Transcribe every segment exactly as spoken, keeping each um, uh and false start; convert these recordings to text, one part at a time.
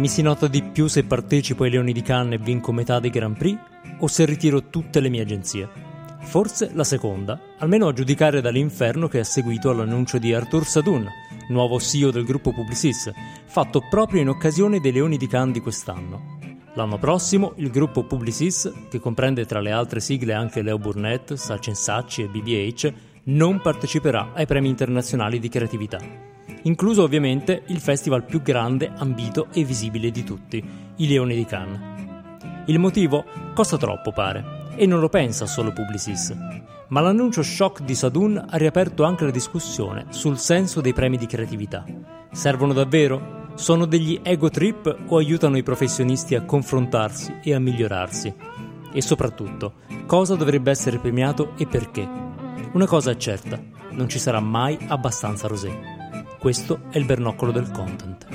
mi si nota di più se partecipo ai Leoni di Cannes e vinco metà dei Grand Prix o se ritiro tutte le mie agenzie? Forse la seconda, almeno a giudicare dall'inferno che è seguito all'annuncio di Arthur Sadoun, nuovo C E O del gruppo Publicis, fatto proprio in occasione dei Leoni di Cannes di quest'anno. L'anno prossimo il gruppo Publicis, che comprende tra le altre sigle anche Leo Burnett, Saatchi e B B H, non parteciperà ai premi internazionali di creatività, incluso ovviamente il festival più grande, ambito e visibile di tutti, i Leoni di Cannes. Il motivo? Costa troppo, pare, e non lo pensa solo Publicis. Ma l'annuncio shock di Sadoun ha riaperto anche la discussione sul senso dei premi di creatività. Servono davvero? Sono degli ego trip o aiutano i professionisti a confrontarsi e a migliorarsi? E soprattutto, cosa dovrebbe essere premiato e perché? Una cosa è certa, non ci sarà mai abbastanza rosé. Questo è il bernoccolo del content.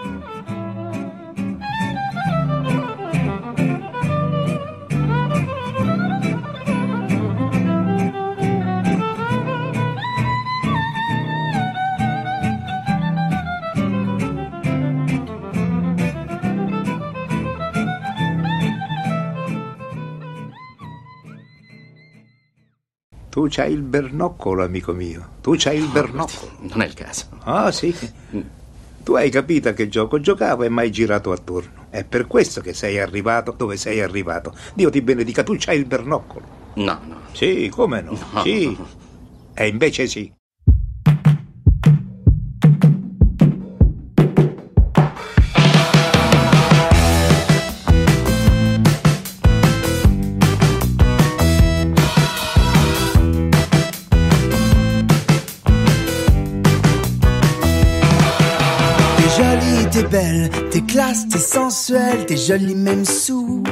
Tu c'hai il bernoccolo, amico mio. Tu c'hai il no, bernoccolo. Non è il caso. Ah, sì? Tu hai capito a che gioco giocavo e mai girato attorno. È per questo che sei arrivato dove sei arrivato. Dio ti benedica, tu c'hai il bernoccolo. No, no. Sì, come no? No. Sì. E invece sì. T'es belle, t'es classe, t'es sensuelle, t'es jolie même sous.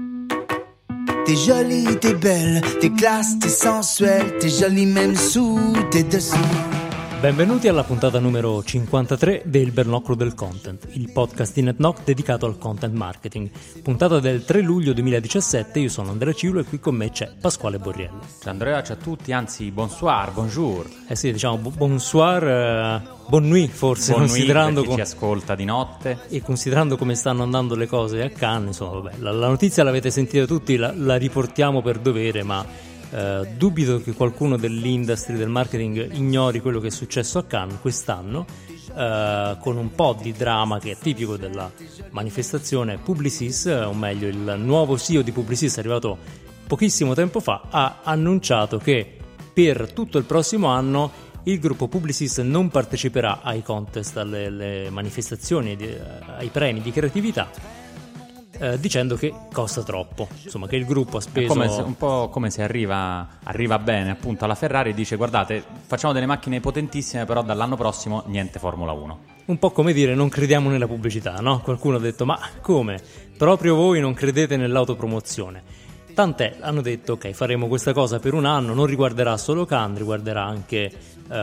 T'es jolie, t'es belle, t'es classe, t'es sensuelle, t'es jolie même sous, t'es dessous. Benvenuti alla puntata numero cinquantatré del Bernoccolo del Content, il podcast di NetKnock dedicato al content marketing. Puntata del tre luglio duemiladiciassette, io sono Andrea Ciulo e qui con me c'è Pasquale Borriello. Ciao Andrea, ciao a tutti, anzi bonsoir, bonjour. Eh sì, diciamo bonsoir, eh, bonne nuit forse, Buon considerando nuit per chi com- ci ascolta di notte. E considerando come stanno andando le cose a Cannes, insomma, vabbè, la, la notizia l'avete sentita tutti, la, la riportiamo per dovere, ma Uh, dubito che qualcuno dell'industry del marketing ignori quello che è successo a Cannes quest'anno, uh, con un po' di dramma che è tipico della manifestazione. Publicis, o meglio il nuovo C E O di Publicis, arrivato pochissimo tempo fa, ha annunciato che per tutto il prossimo anno il gruppo Publicis non parteciperà ai contest, alle, alle manifestazioni, di, ai premi di creatività, Eh, dicendo che costa troppo, insomma, che il gruppo ha speso È come se, un po' come se arriva, arriva bene appunto alla Ferrari e dice: guardate, facciamo delle macchine potentissime, però dall'anno prossimo niente Formula uno. Un po' come dire non crediamo nella pubblicità, no? Qualcuno ha detto: ma come? Proprio voi non credete nell'autopromozione? Tant'è, hanno detto: ok, faremo questa cosa per un anno, non riguarderà solo Cannes, riguarderà anche eh,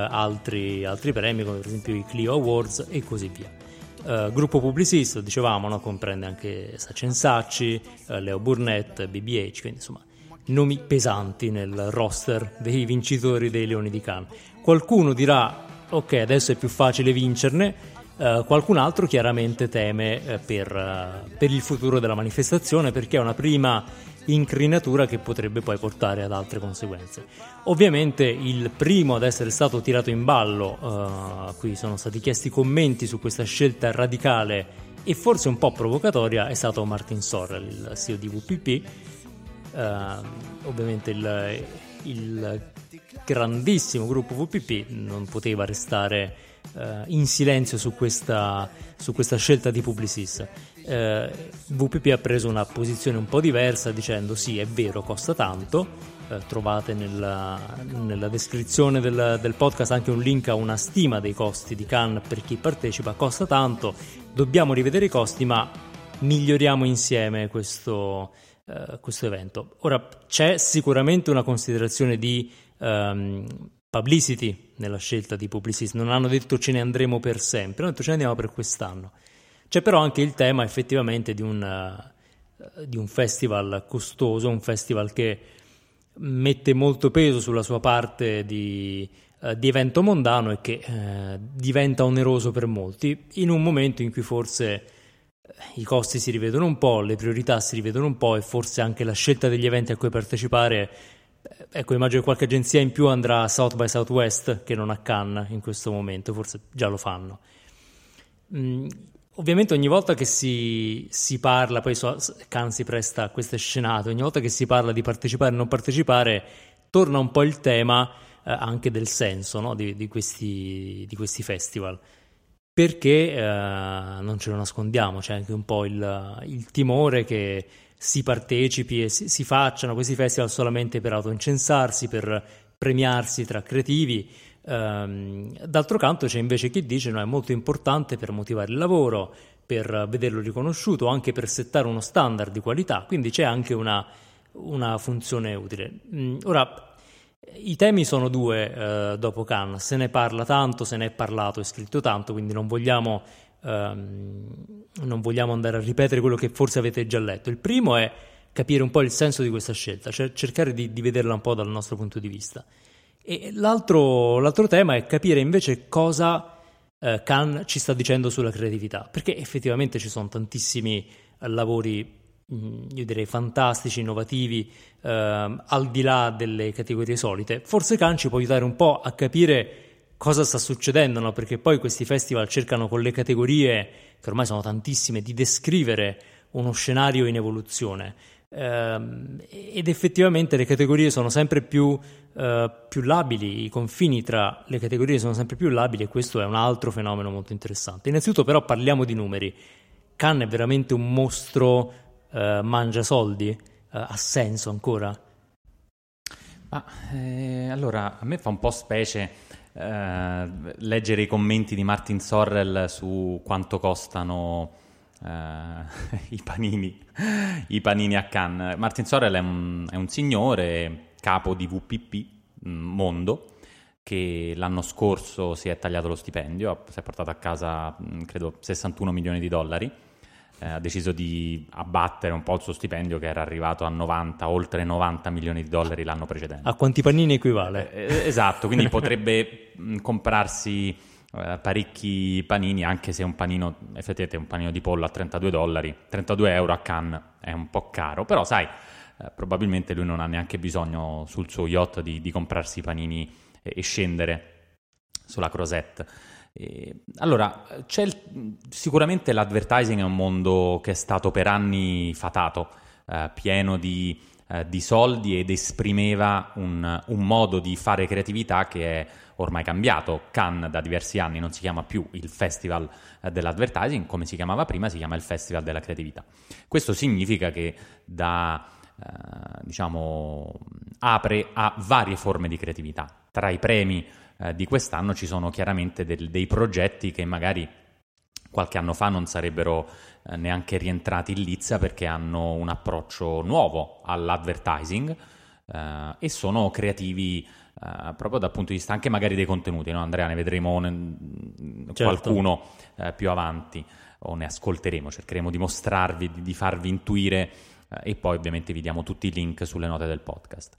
altri, altri premi, come per esempio i Clio Awards e così via. Uh, gruppo Publicis, dicevamo, no? Comprende anche Saatchi, uh, Leo Burnett, B B H, quindi insomma nomi pesanti nel roster dei vincitori dei Leoni di Cannes. Qualcuno dirà: ok, adesso è più facile vincerne, uh, qualcun altro chiaramente teme uh, per, uh, per il futuro della manifestazione, perché è una prima incrinatura che potrebbe poi portare ad altre conseguenze. Ovviamente il primo ad essere stato tirato in ballo, uh, qui sono stati chiesti commenti su questa scelta radicale e forse un po' provocatoria, è stato Martin Sorrell, il C E O di V P P. Uh, ovviamente il, il grandissimo gruppo V P P non poteva restare uh, in silenzio su questa, su questa scelta di Publicis. Uh, V P P ha preso una posizione un po' diversa, dicendo: sì, è vero, costa tanto. Uh, trovate nella, nella descrizione del, del podcast anche un link a una stima dei costi di Cannes per chi partecipa. Costa tanto, dobbiamo rivedere i costi, ma miglioriamo insieme questo, uh, questo evento. Ora, c'è sicuramente una considerazione di um, publicity nella scelta di Publicis. Non hanno detto ce ne andremo per sempre, hanno detto ce ne andiamo per quest'anno. C'è però anche il tema effettivamente di un, uh, di un festival costoso, un festival che mette molto peso sulla sua parte di, uh, di evento mondano e che uh, diventa oneroso per molti in un momento in cui forse i costi si rivedono un po', le priorità si rivedono un po' e forse anche la scelta degli eventi a cui partecipare. Ecco, immagino che qualche agenzia in più andrà a South by Southwest che non a Cannes in questo momento, forse già lo fanno. Mm, ovviamente ogni volta che si, si parla, poi so, Cannes si presta a queste scenate, ogni volta che si parla di partecipare o non partecipare, torna un po' il tema eh, anche del senso, no? di, di, questi, di questi festival. Perché eh, non ce lo nascondiamo, c'è anche un po' il, il timore che si partecipi e si, si facciano questi festival solamente per autoincensarsi, per premiarsi tra creativi. Ehm, d'altro canto c'è invece chi dice no, è molto importante per motivare il lavoro, per vederlo riconosciuto, anche per settare uno standard di qualità, quindi c'è anche una, una funzione utile. Mm, ora, i temi sono due eh, dopo Cannes, se ne parla tanto, se ne è parlato e scritto tanto, quindi non vogliamo, ehm, non vogliamo andare a ripetere quello che forse avete già letto. Il primo è capire un po' il senso di questa scelta, cioè cercare di, di vederla un po' dal nostro punto di vista. E l'altro, l'altro tema è capire invece cosa eh, Cannes ci sta dicendo sulla creatività, perché effettivamente ci sono tantissimi eh, lavori io direi fantastici, innovativi, ehm, al di là delle categorie solite. Forse Cannes ci può aiutare un po' a capire cosa sta succedendo, no? Perché poi questi festival cercano con le categorie, che ormai sono tantissime, di descrivere uno scenario in evoluzione, ehm, ed effettivamente le categorie sono sempre più, eh, più labili, i confini tra le categorie sono sempre più labili e questo è un altro fenomeno molto interessante. Innanzitutto però parliamo di numeri. Cannes è veramente un mostro Uh, mangia soldi? Uh, ha senso ancora? Ah, eh, allora, a me fa un po' specie eh, leggere i commenti di Martin Sorrell su quanto costano eh, i panini i panini a Cannes. Martin Sorrell è un, è un signore capo di V P P Mondo che l'anno scorso si è tagliato lo stipendio, si è portato a casa credo sessantuno milioni di dollari. Eh, ha deciso di abbattere un po' il suo stipendio che era arrivato a novanta, oltre novanta milioni di dollari l'anno precedente. A quanti panini equivale? Eh, esatto, quindi potrebbe mh, comprarsi eh, parecchi panini, anche se un panino, effettivamente un panino di pollo a trentadue dollari, trentadue euro a Cannes è un po' caro, però sai, eh, probabilmente lui non ha neanche bisogno sul suo yacht di, di comprarsi i panini e, e scendere sulla Crozette. Eh, allora, c'è il, sicuramente l'advertising è un mondo che è stato per anni fatato, eh, pieno di, eh, di soldi ed esprimeva un, un modo di fare creatività che è ormai cambiato. Cannes da diversi anni non si chiama più il Festival eh, dell'Advertising, come si chiamava prima, si chiama il Festival della Creatività. Questo significa che da, eh, diciamo, apre a varie forme di creatività. Tra i premi Eh, di quest'anno ci sono chiaramente del, dei progetti che magari qualche anno fa non sarebbero eh, neanche rientrati in lizza perché hanno un approccio nuovo all'advertising eh, e sono creativi eh, proprio dal punto di vista anche magari dei contenuti, no? Andrea, ne vedremo ne, certo. qualcuno eh, più avanti o ne ascolteremo, cercheremo di mostrarvi, di, di farvi intuire eh, e poi ovviamente vi diamo tutti i link sulle note del podcast.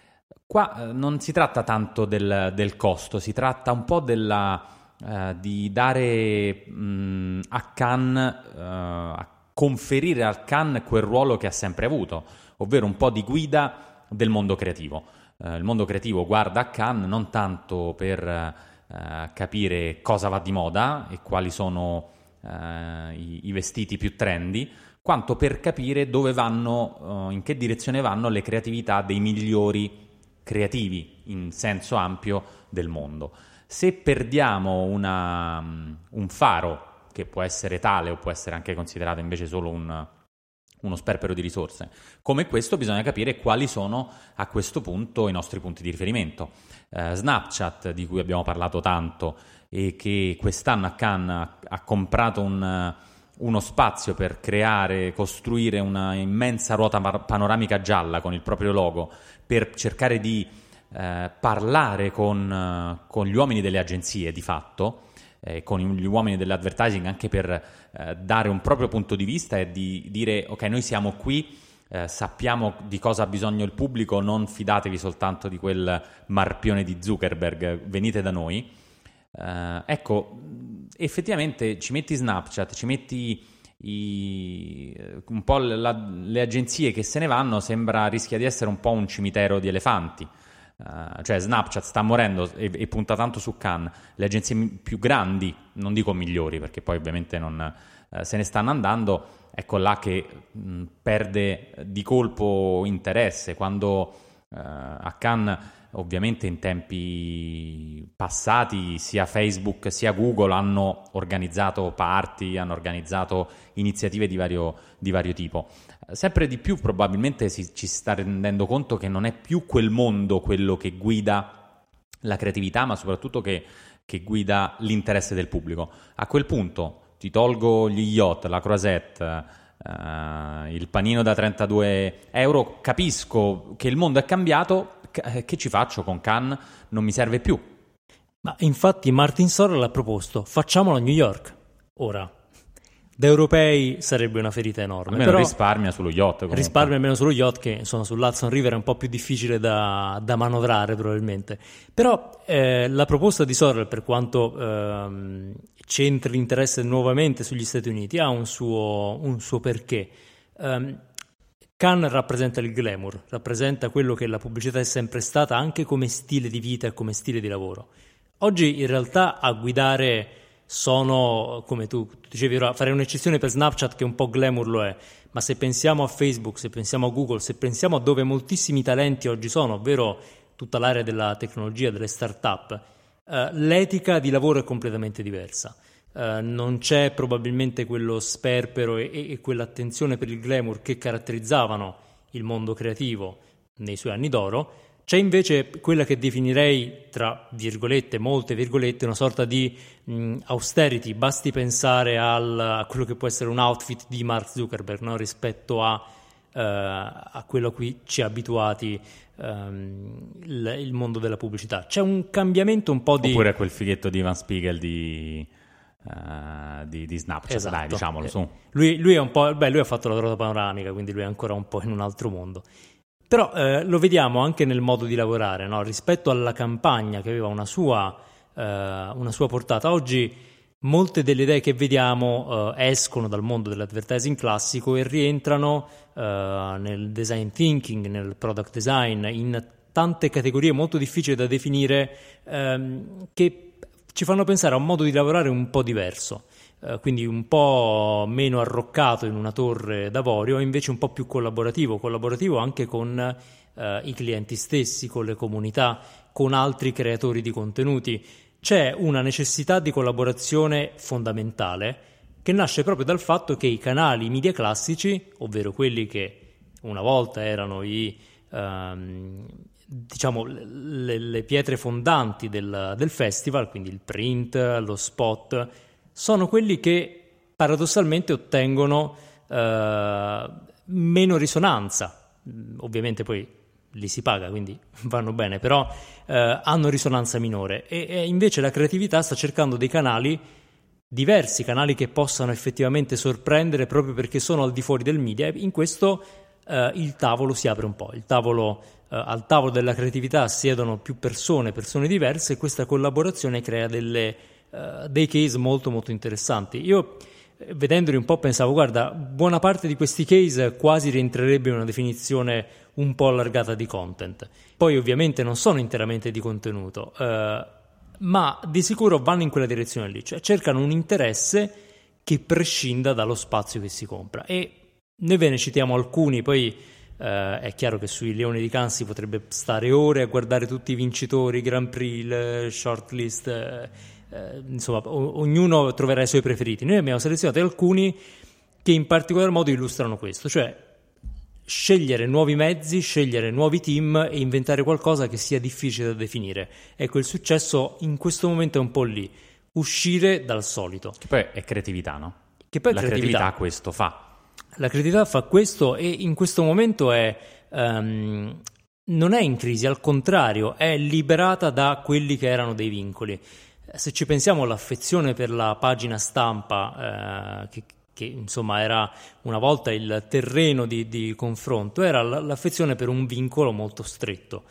Qua eh, non si tratta tanto del, del costo, si tratta un po' della, eh, di dare mh, a Cannes, eh, a conferire al Cannes quel ruolo che ha sempre avuto, ovvero un po' di guida del mondo creativo. Eh, il mondo creativo guarda a Cannes non tanto per eh, capire cosa va di moda e quali sono eh, i, i vestiti più trendy, quanto per capire dove vanno, eh, in che direzione vanno le creatività dei migliori creativi in senso ampio del mondo. Se perdiamo una, un faro che può essere tale o può essere anche considerato invece solo un, uno sperpero di risorse come questo, bisogna capire quali sono a questo punto i nostri punti di riferimento. eh, Snapchat, di cui abbiamo parlato tanto e che quest'anno a Cannes ha, ha comprato un uno spazio per creare, costruire una immensa ruota panoramica gialla con il proprio logo per cercare di eh, parlare con, uh, con gli uomini delle agenzie di fatto, eh, con gli uomini dell'advertising anche per eh, dare un proprio punto di vista e di dire ok, noi siamo qui, eh, sappiamo di cosa ha bisogno il pubblico, non fidatevi soltanto di quel marpione di Zuckerberg, venite da noi. Uh, ecco, effettivamente ci metti Snapchat, ci metti i, un po' la, le agenzie che se ne vanno sembra rischia di essere un po' un cimitero di elefanti. Uh, cioè Snapchat sta morendo e, e punta tanto su Cannes. Le agenzie più grandi, non dico migliori perché poi ovviamente non, uh, se ne stanno andando, ecco là che mh, perde di colpo interesse. Quando uh, a Cannes, ovviamente in tempi passati, sia Facebook sia Google hanno organizzato party, hanno organizzato iniziative di vario, di vario tipo. Sempre di più probabilmente si, ci si sta rendendo conto che non è più quel mondo quello che guida la creatività, ma soprattutto che, che guida l'interesse del pubblico. A quel punto ti tolgo gli yacht, la croisette, uh, il panino da trentadue euro, capisco che il mondo è cambiato, che ci faccio con Cannes? Non mi serve più. Ma infatti Martin Sorrell ha proposto, facciamolo a New York. Ora, da europei sarebbe una ferita enorme. Almeno però risparmia sullo yacht. Comunque. Risparmia almeno sullo yacht, che insomma sull'Hudson River è un po' più difficile da, da manovrare probabilmente. Però eh, la proposta di Sorrell, per quanto ehm, centri l'interesse nuovamente sugli Stati Uniti, ha un suo, un suo perché. Um, Cannes rappresenta il glamour, rappresenta quello che la pubblicità è sempre stata anche come stile di vita e come stile di lavoro. Oggi in realtà a guidare sono, come tu dicevi ora, farei un'eccezione per Snapchat che un po' glamour lo è, ma se pensiamo a Facebook, se pensiamo a Google, se pensiamo a dove moltissimi talenti oggi sono, ovvero tutta l'area della tecnologia, delle start-up, eh, l'etica di lavoro è completamente diversa. Uh, non c'è probabilmente quello sperpero e, e quell'attenzione per il glamour che caratterizzavano il mondo creativo nei suoi anni d'oro. C'è invece quella che definirei, tra virgolette, molte virgolette, una sorta di mh, austerity. Basti pensare al, a quello che può essere un outfit di Mark Zuckerberg, no? Rispetto a, uh, a quello a cui ci ha abituati um, il, il mondo della pubblicità. C'è un cambiamento un po' di... Oppure quel fighetto di Ivan Spiegel di... Uh, di, di Snapchat, esatto. Dai, diciamolo su. Lui, lui è un po', beh, lui ha fatto la ruota panoramica, quindi lui è ancora un po' in un altro mondo. Però eh, lo vediamo anche nel modo di lavorare, no? Rispetto alla campagna che aveva una sua, eh, una sua portata. Oggi molte delle idee che vediamo eh, escono dal mondo dell'advertising classico e rientrano eh, nel design thinking, nel product design, in tante categorie molto difficili da definire, ehm, che ci fanno pensare a un modo di lavorare un po' diverso, eh, quindi un po' meno arroccato in una torre d'avorio, invece un po' più collaborativo, collaborativo anche con eh, i clienti stessi, con le comunità, con altri creatori di contenuti. C'è una necessità di collaborazione fondamentale che nasce proprio dal fatto che i canali media classici, ovvero quelli che una volta erano i... Um, diciamo le, le pietre fondanti del, del festival, quindi il print, lo spot, sono quelli che paradossalmente ottengono eh, meno risonanza. Ovviamente poi li si paga, quindi vanno bene, però eh, hanno risonanza minore e, e invece la creatività sta cercando dei canali diversi, canali che possano effettivamente sorprendere proprio perché sono al di fuori del media, e in questo eh, il tavolo si apre un po', il tavolo al tavolo della creatività siedono più persone, persone diverse, e questa collaborazione crea delle, uh, dei case molto molto interessanti. Io, vedendoli un po', pensavo, guarda, buona parte di questi case quasi rientrerebbe in una definizione un po' allargata di content. Poi ovviamente non sono interamente di contenuto, uh, ma di sicuro vanno in quella direzione lì, cioè cercano un interesse che prescinda dallo spazio che si compra. E noi ve ne citiamo alcuni, poi Uh, è chiaro che sui Leoni di Cannes si potrebbe stare ore a guardare tutti i vincitori, Grand Prix, il shortlist, uh, uh, insomma o- ognuno troverà i suoi preferiti. Noi abbiamo selezionato alcuni che in particolar modo illustrano questo, cioè scegliere nuovi mezzi, scegliere nuovi team e inventare qualcosa che sia difficile da definire. Ecco, il successo in questo momento è un po' lì, uscire dal solito. Che poi è creatività, no? Che poi è La creatività. creatività questo fa. La creatività fa questo e in questo momento è um, non è in crisi, al contrario, è liberata da quelli che erano dei vincoli. Se ci pensiamo, l'affezione per la pagina stampa, eh, che, che insomma era una volta il terreno di, di confronto, era l'affezione per un vincolo molto stretto.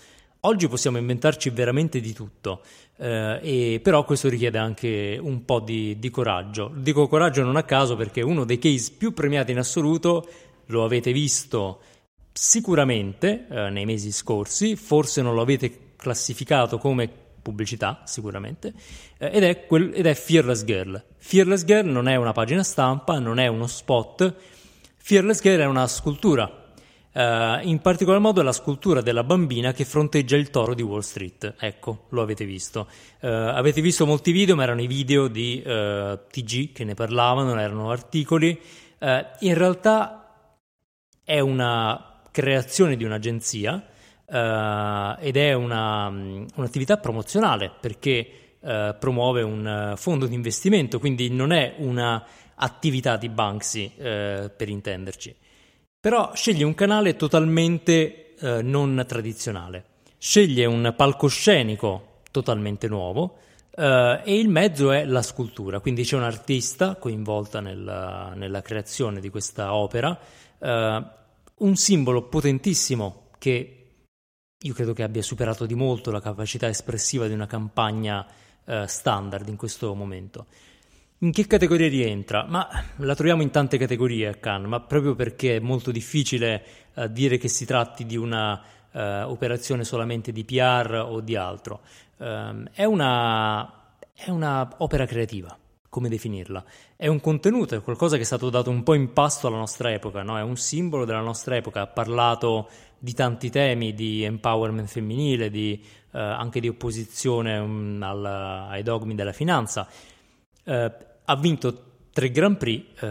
Oggi possiamo inventarci veramente di tutto, eh, e però questo richiede anche un po' di, di coraggio. Dico coraggio non a caso perché uno dei case più premiati in assoluto lo avete visto sicuramente eh, nei mesi scorsi, forse non lo avete classificato come pubblicità sicuramente, eh, ed, è quel, ed è Fearless Girl. Fearless Girl non è una pagina stampa, non è uno spot, Fearless Girl è una scultura. Uh, in particolar modo è la scultura della bambina che fronteggia il toro di Wall Street. Ecco, lo avete visto. Uh, avete visto molti video, ma erano i video di uh, T G che ne parlavano, erano articoli. Uh, in realtà è una creazione di un'agenzia uh, ed è una, um, un'attività promozionale perché uh, promuove un uh, fondo di investimento, quindi non è una attività di Banksy, uh, per intenderci. Però sceglie un canale totalmente eh, non tradizionale, sceglie un palcoscenico totalmente nuovo eh, e il mezzo è la scultura, quindi c'è un'artista coinvolta nella, nella creazione di questa opera, eh, un simbolo potentissimo che io credo che abbia superato di molto la capacità espressiva di una campagna eh, standard in questo momento. In che categoria rientra? Ma la troviamo in tante categorie a Cannes, ma proprio perché è molto difficile uh, dire che si tratti di una uh, operazione solamente di P R o di altro. Um, è una, è una opera creativa, come definirla? È un contenuto, è qualcosa che è stato dato un po' in pasto alla nostra epoca, no? È un simbolo della nostra epoca, ha parlato di tanti temi, di empowerment femminile, di, uh, anche di opposizione um, al, ai dogmi della finanza. Uh, ha vinto tre Grand Prix, eh,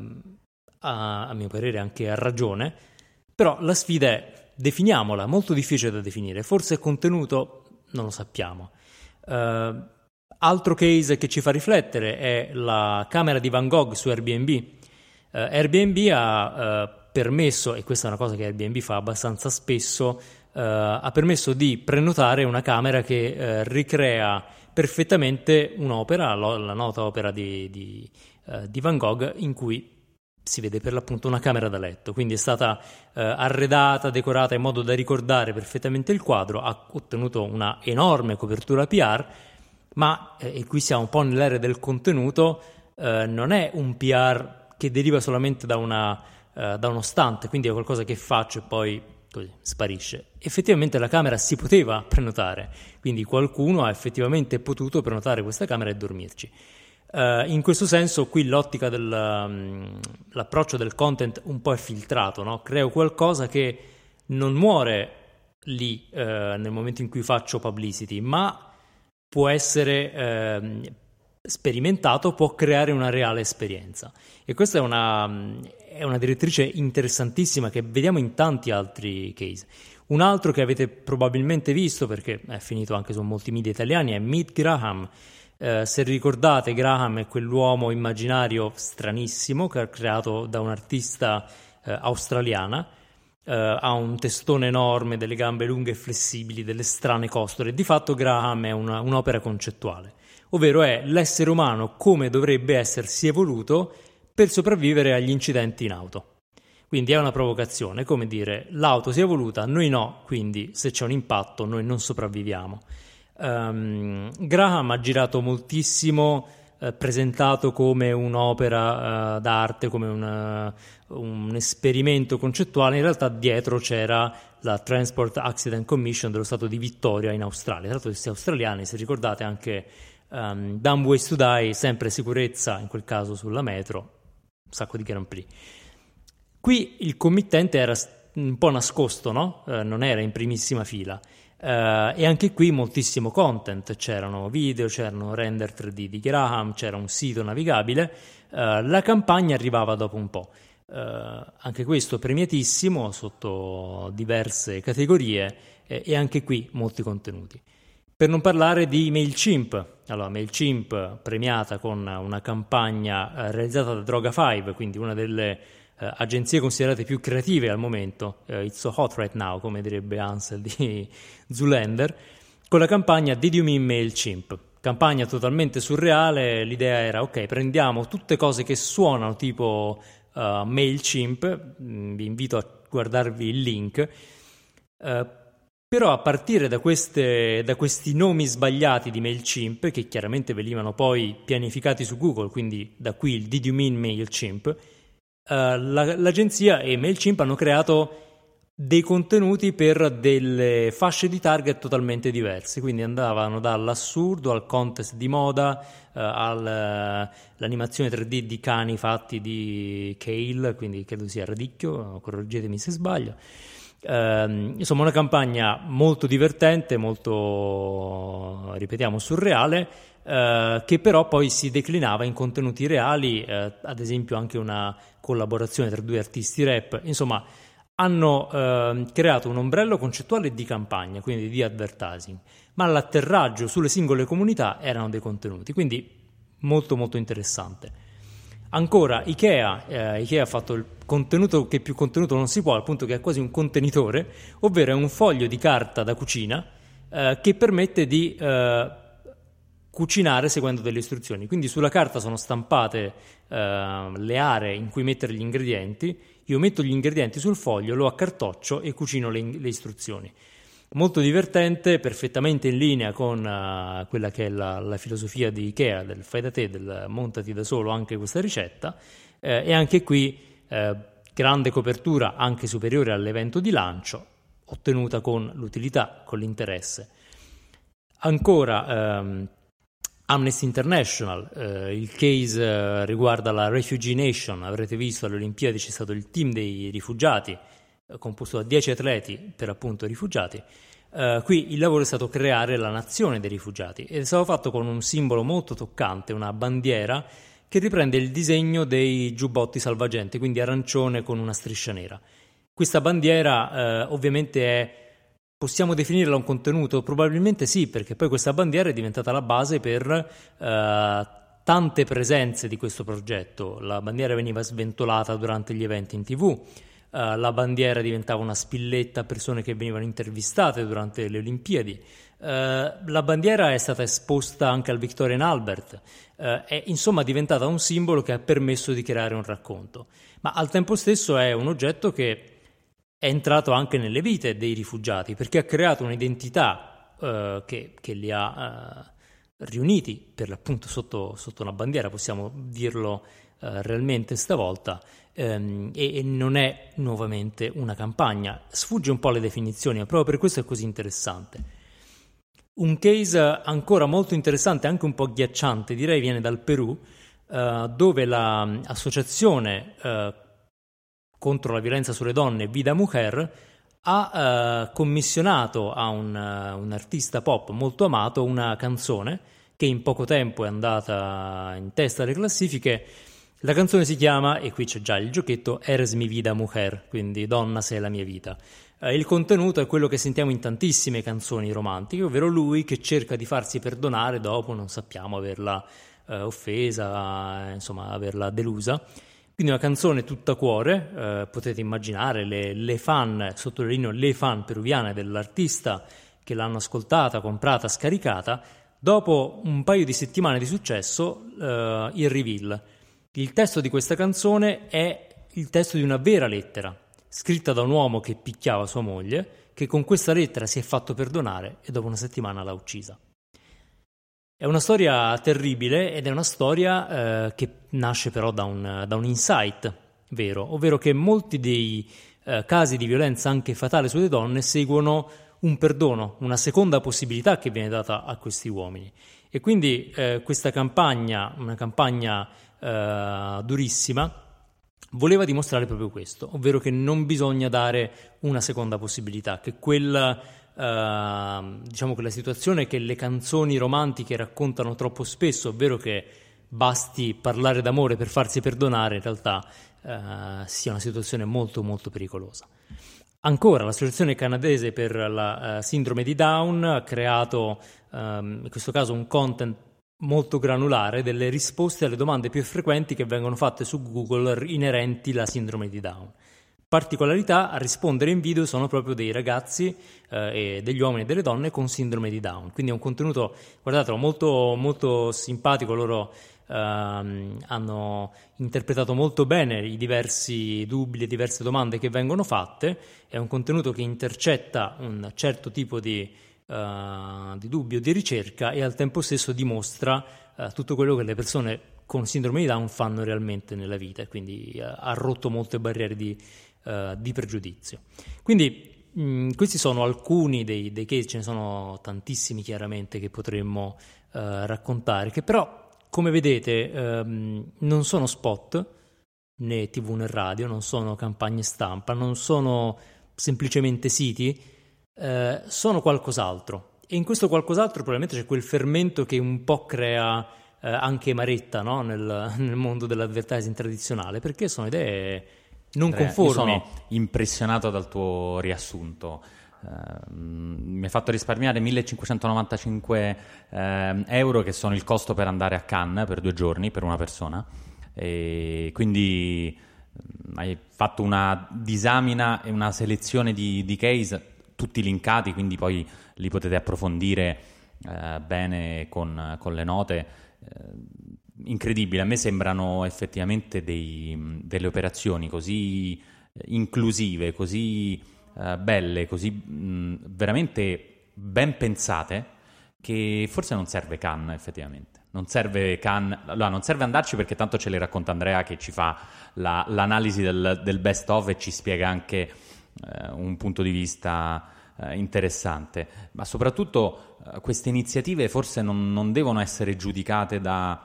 a, a mio parere anche a ragione, però la sfida è, definiamola, molto difficile da definire, forse il contenuto non lo sappiamo. Eh, altro case che ci fa riflettere è la camera di Van Gogh su Airbnb. Eh, Airbnb ha eh, permesso, e questa è una cosa che Airbnb fa abbastanza spesso, eh, ha permesso di prenotare una camera che eh, ricrea perfettamente un'opera, la nota opera di, di, uh, di Van Gogh, in cui si vede per l'appunto una camera da letto, quindi è stata uh, arredata, decorata in modo da ricordare perfettamente il quadro, ha ottenuto una enorme copertura P R, ma, eh, e qui siamo un po' nell'area del contenuto, uh, non è un P R che deriva solamente da, una, uh, da uno stante, quindi è qualcosa che faccio e poi così sparisce. Effettivamente la camera si poteva prenotare, quindi qualcuno ha effettivamente potuto prenotare questa camera e dormirci. Uh, in questo senso qui l'ottica del um, l'approccio del content un po' è filtrato, no? Creo qualcosa che non muore lì uh, nel momento in cui faccio publicity, ma può essere uh, sperimentato, può creare una reale esperienza, e questa è una è una direttrice interessantissima che vediamo in tanti altri case. Un altro che avete probabilmente visto, perché è finito anche su molti media italiani, è Meet Graham. Eh, se ricordate, Graham è quell'uomo immaginario stranissimo che è creato da un'artista eh, australiana, eh, ha un testone enorme, delle gambe lunghe e flessibili, delle strane costole. Di fatto Graham è una, un'opera concettuale, ovvero è l'essere umano come dovrebbe essersi evoluto per sopravvivere agli incidenti in auto. Quindi è una provocazione, come dire, l'auto si è evoluta, noi no, quindi se c'è un impatto noi non sopravviviamo. Um, Graham ha girato moltissimo, eh, presentato come un'opera uh, d'arte, come una, un esperimento concettuale. In realtà dietro c'era la Transport Accident Commission dello stato di Vittoria in Australia. Tra l'altro questi australiani, se ricordate, anche um, Dumb Ways to Die, sempre sicurezza, in quel caso sulla metro, un sacco di Grand Prix. Qui il committente era un po' nascosto, no? Eh, non era in primissima fila. Uh, e anche qui moltissimo content, c'erano video, c'erano render tre D di Graham, c'era un sito navigabile, uh, la campagna arrivava dopo un po', uh, anche questo premiatissimo sotto diverse categorie, eh, e anche qui molti contenuti. Per non parlare di MailChimp. Allora, MailChimp premiata con una campagna uh, realizzata da Droga cinque, quindi una delle Uh, agenzie considerate più creative al momento, uh, it's so hot right now, come direbbe Ansel di Zoolander, con la campagna Did You Mean MailChimp? Campagna totalmente surreale. L'idea era, ok, prendiamo tutte cose che suonano tipo uh, MailChimp, mm, vi invito a guardarvi il link, uh, Però a partire da, queste, da questi nomi sbagliati di MailChimp, che chiaramente venivano poi pianificati su Google, quindi da qui il Did you mean MailChimp, uh, la, l'agenzia e MailChimp hanno creato dei contenuti per delle fasce di target totalmente diverse, quindi andavano dall'assurdo al contest di moda, uh, all'animazione tre D di cani fatti di kale, quindi credo sia radicchio, correggetemi se sbaglio. Uh, insomma, una campagna molto divertente, molto, ripetiamo, surreale, uh, che però poi si declinava in contenuti reali, uh, ad esempio anche una collaborazione tra due artisti rap. Insomma, hanno uh, creato un ombrello concettuale di campagna, quindi di advertising, ma l'atterraggio sulle singole comunità erano dei contenuti, quindi molto molto interessante. Ancora Ikea, eh, Ikea ha fatto il contenuto che più contenuto non si può, al punto che è quasi un contenitore, ovvero è un foglio di carta da cucina eh, che permette di eh, cucinare seguendo delle istruzioni. Quindi sulla carta sono stampate eh, le aree in cui mettere gli ingredienti, io metto gli ingredienti sul foglio, lo accartoccio e cucino le, le istruzioni. Molto divertente, perfettamente in linea con uh, quella che è la, la filosofia di Ikea, del fai da te, del montati da solo anche questa ricetta, eh, e anche qui eh, grande copertura anche superiore all'evento di lancio, ottenuta con l'utilità, con l'interesse. Ancora ehm, Amnesty International, eh, il case eh, riguarda la Refugee Nation, avrete visto alle Olimpiadi c'è stato il team dei rifugiati, composto da dieci atleti per appunto rifugiati. Uh, qui il lavoro è stato creare la nazione dei rifugiati ed è stato fatto con un simbolo molto toccante, una bandiera che riprende il disegno dei giubbotti salvagente, quindi arancione con una striscia nera. Questa bandiera uh, ovviamente è, possiamo definirla un contenuto? Probabilmente sì, perché poi questa bandiera è diventata la base per uh, tante presenze di questo progetto. La bandiera veniva sventolata durante gli eventi in tivù. Uh, la bandiera diventava una spilletta a persone che venivano intervistate durante le Olimpiadi. Uh, la bandiera è stata esposta anche al Victorian Albert, uh, è insomma diventata un simbolo che ha permesso di creare un racconto, ma al tempo stesso è un oggetto che è entrato anche nelle vite dei rifugiati, perché ha creato un'identità uh, che, che li ha uh, riuniti per l'appunto sotto, sotto una bandiera, possiamo dirlo uh, realmente stavolta. Um, e, e non è nuovamente una campagna, sfugge un po' alle definizioni, ma proprio per questo è così interessante. Un case ancora molto interessante, anche un po' agghiacciante direi, viene dal Perù, uh, dove l'associazione uh, contro la violenza sulle donne Vida Mujer ha uh, commissionato a un, uh, un artista pop molto amato una canzone che in poco tempo è andata in testa alle classifiche. La canzone si chiama, e qui c'è già il giochetto, Eres mi vida mujer, quindi donna sei la mia vita. Eh, il contenuto è quello che sentiamo in tantissime canzoni romantiche, ovvero lui che cerca di farsi perdonare dopo, non sappiamo, averla eh, offesa, eh, insomma averla delusa. Quindi una canzone tutta cuore, eh, potete immaginare le, le fan, sottolineo le fan peruviane dell'artista che l'hanno ascoltata, comprata, scaricata. Dopo un paio di settimane di successo, eh, il reveal. Il testo di questa canzone è il testo di una vera lettera, scritta da un uomo che picchiava sua moglie, che con questa lettera si è fatto perdonare e dopo una settimana l'ha uccisa. È una storia terribile ed è una storia eh, che nasce però da un, da un insight vero, ovvero che molti dei eh, casi di violenza anche fatale sulle donne seguono un perdono, una seconda possibilità che viene data a questi uomini. E quindi eh, questa campagna, una campagna Uh, durissima, voleva dimostrare proprio questo, ovvero che non bisogna dare una seconda possibilità, che quella, uh, diciamo quella situazione che le canzoni romantiche raccontano troppo spesso, ovvero che basti parlare d'amore per farsi perdonare, in realtà uh, sia una situazione molto molto pericolosa. Ancora, l'associazione canadese per la uh, sindrome di Down ha creato um, in questo caso un content molto granulare delle risposte alle domande più frequenti che vengono fatte su Google inerenti alla sindrome di Down. Particolarità, a rispondere in video sono proprio dei ragazzi eh, e degli uomini e delle donne con sindrome di Down, quindi è un contenuto, guardatelo, molto, molto simpatico. Loro ehm, hanno interpretato molto bene i diversi dubbi, le diverse domande che vengono fatte. È un contenuto che intercetta un certo tipo di, uh, di dubbio, di ricerca, e al tempo stesso dimostra uh, tutto quello che le persone con sindrome di Down fanno realmente nella vita, quindi uh, ha rotto molte barriere di, uh, di pregiudizio. Quindi mh, questi sono alcuni dei, dei case, ce ne sono tantissimi chiaramente che potremmo uh, raccontare, che però, come vedete, um, non sono spot né tivù né radio, non sono campagne stampa, non sono semplicemente siti, eh, sono qualcos'altro. E in questo qualcos'altro probabilmente c'è quel fermento che un po' crea eh, anche maretta, no? nel, nel mondo dell'advertising tradizionale, perché sono idee non Andrea, conformi. Io sono impressionato dal tuo riassunto. Uh, mi ha fatto risparmiare millecinquecentonovantacinque uh, euro, che sono il costo per andare a Cannes per due giorni per una persona, e quindi um, hai fatto una disamina e una selezione di, di case, tutti linkati, quindi poi li potete approfondire uh, bene con, con le note. Uh, incredibile, a me sembrano effettivamente dei, delle operazioni così inclusive, così Uh, belle, così mh, veramente ben pensate, che forse non serve Cannes effettivamente. Non serve Cannes, allora non serve andarci, perché tanto ce le racconta Andrea, che ci fa la, l'analisi del, del best of e ci spiega anche uh, un punto di vista uh, interessante. Ma soprattutto uh, queste iniziative forse non, non devono essere giudicate da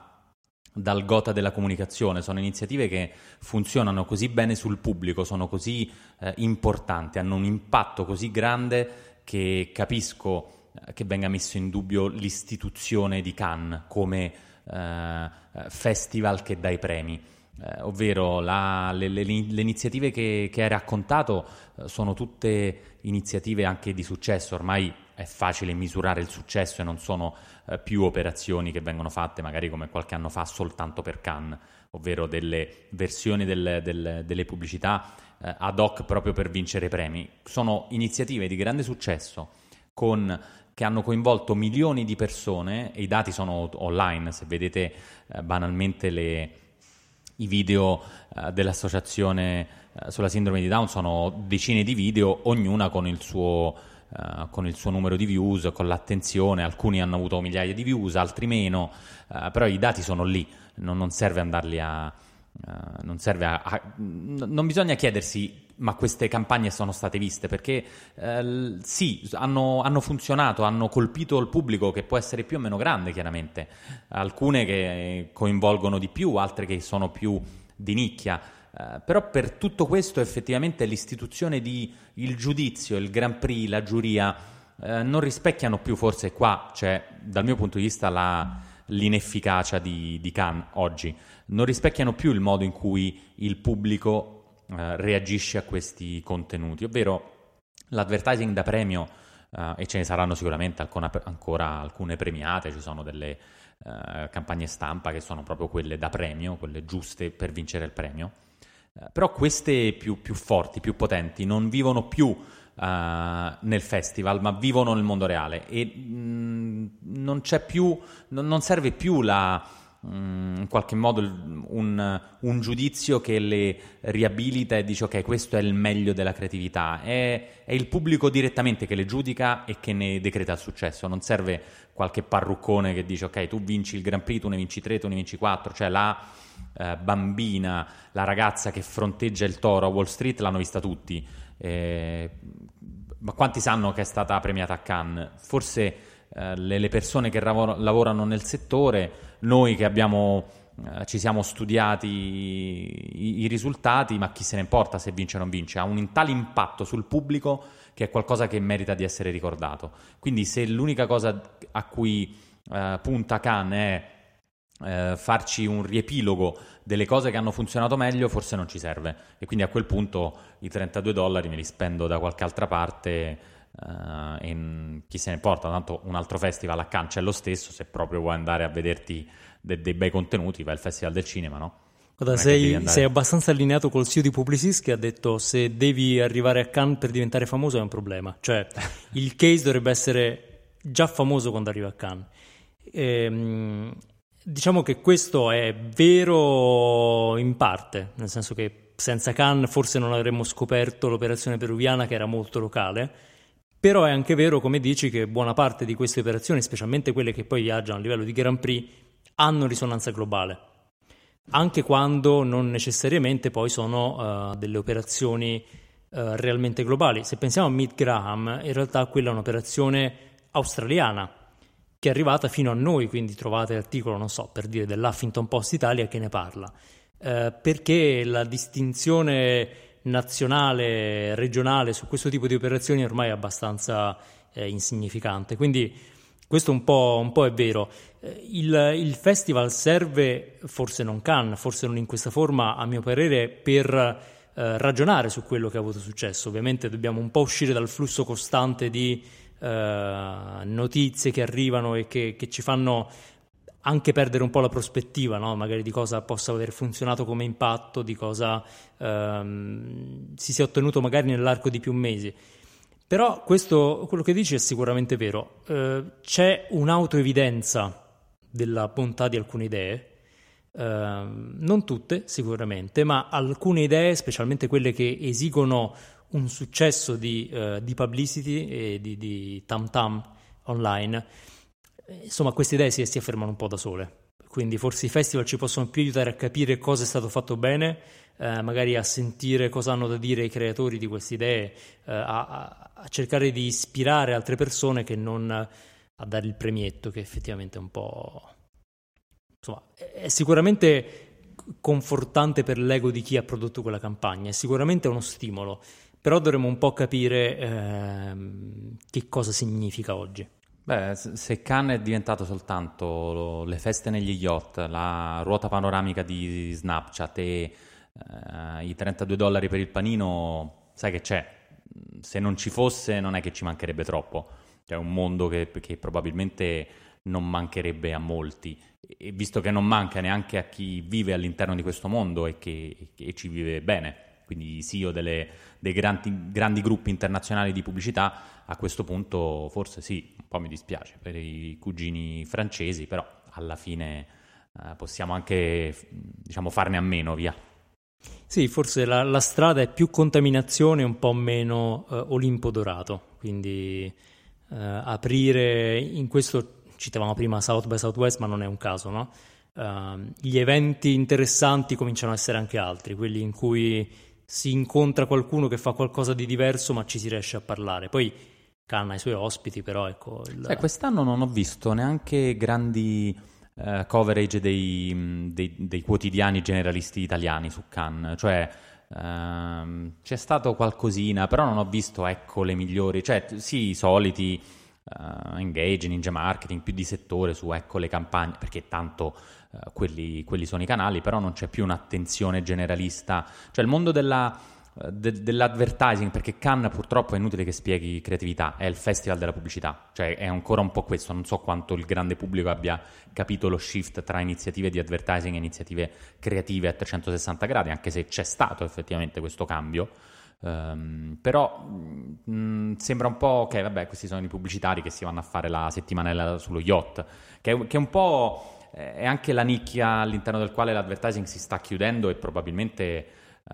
dal gotha della comunicazione. Sono iniziative che funzionano così bene sul pubblico, sono così eh, importanti, hanno un impatto così grande, che capisco eh, che venga messo in dubbio l'istituzione di Cannes come eh, festival che dà i premi. Eh, ovvero la, le, le, le iniziative che, che hai raccontato eh, sono tutte iniziative anche di successo. Ormai è facile misurare il successo e non sono eh, più operazioni che vengono fatte magari come qualche anno fa soltanto per Cannes, ovvero delle versioni del, del, delle pubblicità eh, ad hoc proprio per vincere premi. Sono iniziative di grande successo con, che hanno coinvolto milioni di persone, e i dati sono online. Se vedete eh, banalmente le, i video eh, dell'associazione eh, sulla sindrome di Down, sono decine di video, ognuna con il suo Uh, con il suo numero di views, con l'attenzione. Alcuni hanno avuto migliaia di views, altri meno, uh, però i dati sono lì, non, non serve andarli a uh, non serve a, a n- non bisogna chiedersi ma queste campagne sono state viste, perché uh, sì, hanno, hanno funzionato, hanno colpito il pubblico, che può essere più o meno grande chiaramente, alcune che coinvolgono di più, altre che sono più di nicchia. Uh, però per tutto questo effettivamente l'istituzione di il giudizio, il Grand Prix, la giuria uh, non rispecchiano più, forse qua c'è dal mio punto di vista la, l'inefficacia di, di Cannes oggi, non rispecchiano più il modo in cui il pubblico uh, reagisce a questi contenuti, ovvero l'advertising da premio, uh, e ce ne saranno sicuramente ancora, ancora alcune premiate, ci sono delle uh, campagne stampa che sono proprio quelle da premio, quelle giuste per vincere il premio. Uh, però queste più, più forti, più potenti, non vivono più uh, nel festival, ma vivono nel mondo reale, e mh, non c'è più, non, non serve più la, mh, in qualche modo un, un giudizio che le riabilita e dice ok, questo è il meglio della creatività. È, è il pubblico direttamente che le giudica e che ne decreta il successo. Non serve qualche parruccone che dice ok, tu vinci il Grand Prix, tu ne vinci tre, tu ne vinci quattro, cioè la Uh, bambina, la ragazza che fronteggia il toro a Wall Street l'hanno vista tutti, eh, ma quanti sanno che è stata premiata a Cannes? Forse uh, le, le persone che ravor- lavorano nel settore, noi che abbiamo uh, ci siamo studiati i, i risultati, ma chi se ne importa se vince o non vince? Ha un tale impatto sul pubblico che è qualcosa che merita di essere ricordato. Quindi se l'unica cosa a cui uh, punta Cannes è Eh, farci un riepilogo delle cose che hanno funzionato meglio, forse non ci serve, e quindi a quel punto i trentadue dollari me li spendo da qualche altra parte, eh, e n- chi se ne importa, tanto un altro festival a Cannes c'è lo stesso. Se proprio vuoi andare a vederti de- dei bei contenuti, vai al Festival del Cinema, no? Guarda, sei, sei abbastanza allineato col C E O di Publicis, che ha detto se devi arrivare a Cannes per diventare famoso è un problema, cioè il case dovrebbe essere già famoso quando arriva a Cannes. Ehm Diciamo che questo è vero in parte, nel senso che senza Cannes forse non avremmo scoperto l'operazione peruviana, che era molto locale, però è anche vero, come dici, che buona parte di queste operazioni, specialmente quelle che poi viaggiano a livello di Grand Prix, hanno risonanza globale, anche quando non necessariamente poi sono uh, delle operazioni uh, realmente globali. Se pensiamo a Meet Graham, in realtà quella è un'operazione australiana, che è arrivata fino a noi, quindi trovate l'articolo, non so, per dire dell'Huffington Post Italia che ne parla, eh, perché la distinzione nazionale, regionale su questo tipo di operazioni ormai è abbastanza eh, insignificante, quindi questo un po', un po' è vero. Il, il festival serve, forse non Cannes, forse non in questa forma, a mio parere, per eh, ragionare su quello che ha avuto successo. Ovviamente dobbiamo un po' uscire dal flusso costante di Uh, notizie che arrivano e che, che ci fanno anche perdere un po' la prospettiva, no? Magari di cosa possa aver funzionato come impatto, di cosa uh, si sia ottenuto magari nell'arco di più mesi. Però questo, quello che dici è sicuramente vero. Uh, c'è un'autoevidenza della bontà di alcune idee, uh, non tutte sicuramente, ma alcune idee, specialmente quelle che esigono un successo di, uh, di publicity e di, di tam tam online, insomma queste idee si, si affermano un po' da sole, quindi forse i festival ci possono più aiutare a capire cosa è stato fatto bene, uh, magari a sentire cosa hanno da dire i creatori di queste idee, uh, a, a cercare di ispirare altre persone che non a dare il premietto, che effettivamente è un po', insomma, è sicuramente confortante per l'ego di chi ha prodotto quella campagna, è sicuramente uno stimolo, però dovremmo un po' capire ehm, che cosa significa oggi. Beh, se Cannes è diventato soltanto le feste negli yacht, la ruota panoramica di Snapchat e eh, i trentadue dollari per il panino, sai che c'è? Se non ci fosse non è che ci mancherebbe troppo. C'è un mondo che, che probabilmente non mancherebbe a molti, e visto che non manca neanche a chi vive all'interno di questo mondo e che, che ci vive bene, quindi C E O delle, dei grandi, grandi gruppi internazionali di pubblicità, a questo punto forse sì, un po' mi dispiace per i cugini francesi, però alla fine eh, possiamo anche, diciamo, farne a meno, via. Sì, forse la, la strada è più contaminazione, un po' meno eh, Olimpo dorato, quindi eh, aprire, in questo citavamo prima South by Southwest, ma non è un caso, no? Uh, gli eventi interessanti cominciano a essere anche altri, quelli in cui si incontra qualcuno che fa qualcosa di diverso ma ci si riesce a parlare. Poi Cannes ha i suoi ospiti, però ecco il... Sai, quest'anno non ho visto neanche grandi uh, coverage dei, dei, dei quotidiani generalisti italiani su Cannes, cioè uh, c'è stato qualcosina, però non ho visto, ecco, le migliori, cioè sì, i soliti uh, Engage, Ninja Marketing, più di settore su, ecco, le campagne, perché tanto uh, quelli, quelli sono i canali, però non c'è più un'attenzione generalista, cioè il mondo della, uh, de, dell'advertising, perché Cannes purtroppo è inutile che spieghi creatività, è il festival della pubblicità, cioè è ancora un po' questo, non so quanto il grande pubblico abbia capito lo shift tra iniziative di advertising e iniziative creative a trecentosessanta gradi, anche se c'è stato effettivamente questo cambio. Um, però mh, sembra un po' ok, vabbè, questi sono i pubblicitari che si vanno a fare la settimanella sullo yacht, che, che un po' è anche la nicchia all'interno del quale l'advertising si sta chiudendo, e probabilmente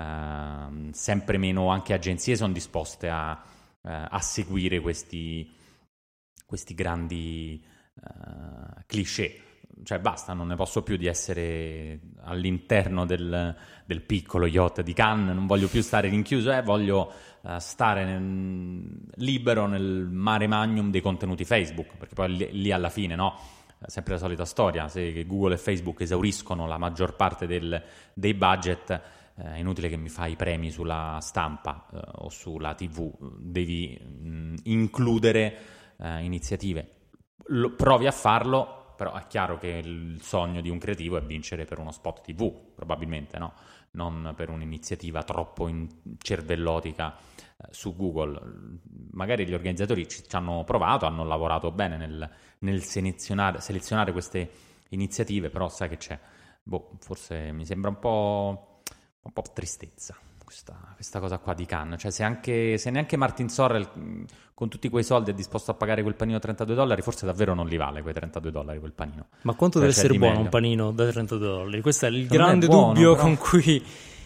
uh, sempre meno anche agenzie sono disposte a, uh, a seguire questi, questi grandi uh, cliché. Cioè basta, non ne posso più di essere all'interno del, del piccolo yacht di Cannes, non voglio più stare rinchiuso, eh, voglio uh, stare nel, libero nel mare magnum dei contenuti Facebook, perché poi lì, lì alla fine, no, sempre la solita storia, se Google e Facebook esauriscono la maggior parte del, dei budget, eh, è inutile che mi fai i premi sulla stampa eh, o sulla tivù, devi mh, includere eh, iniziative. Lo, provi a farlo. Però è chiaro che il sogno di un creativo è vincere per uno spot tivù, probabilmente, no? Non per un'iniziativa troppo cervellotica eh, su Google. Magari gli organizzatori ci, ci hanno provato, hanno lavorato bene nel, nel selezionare, selezionare queste iniziative, però sai che c'è? Boh, forse mi sembra un po', un po' tristezza questa, questa cosa qua di Cannes. Cioè, se, anche, se neanche Martin Sorrell mh, con tutti quei soldi è disposto a pagare quel panino trentadue dollari, forse davvero non li vale quei trentadue dollari quel panino. Ma quanto Cioè, deve essere di buono meglio. un panino da trentadue dollari? Questo è il Secondo me grande è buono, dubbio però- con cui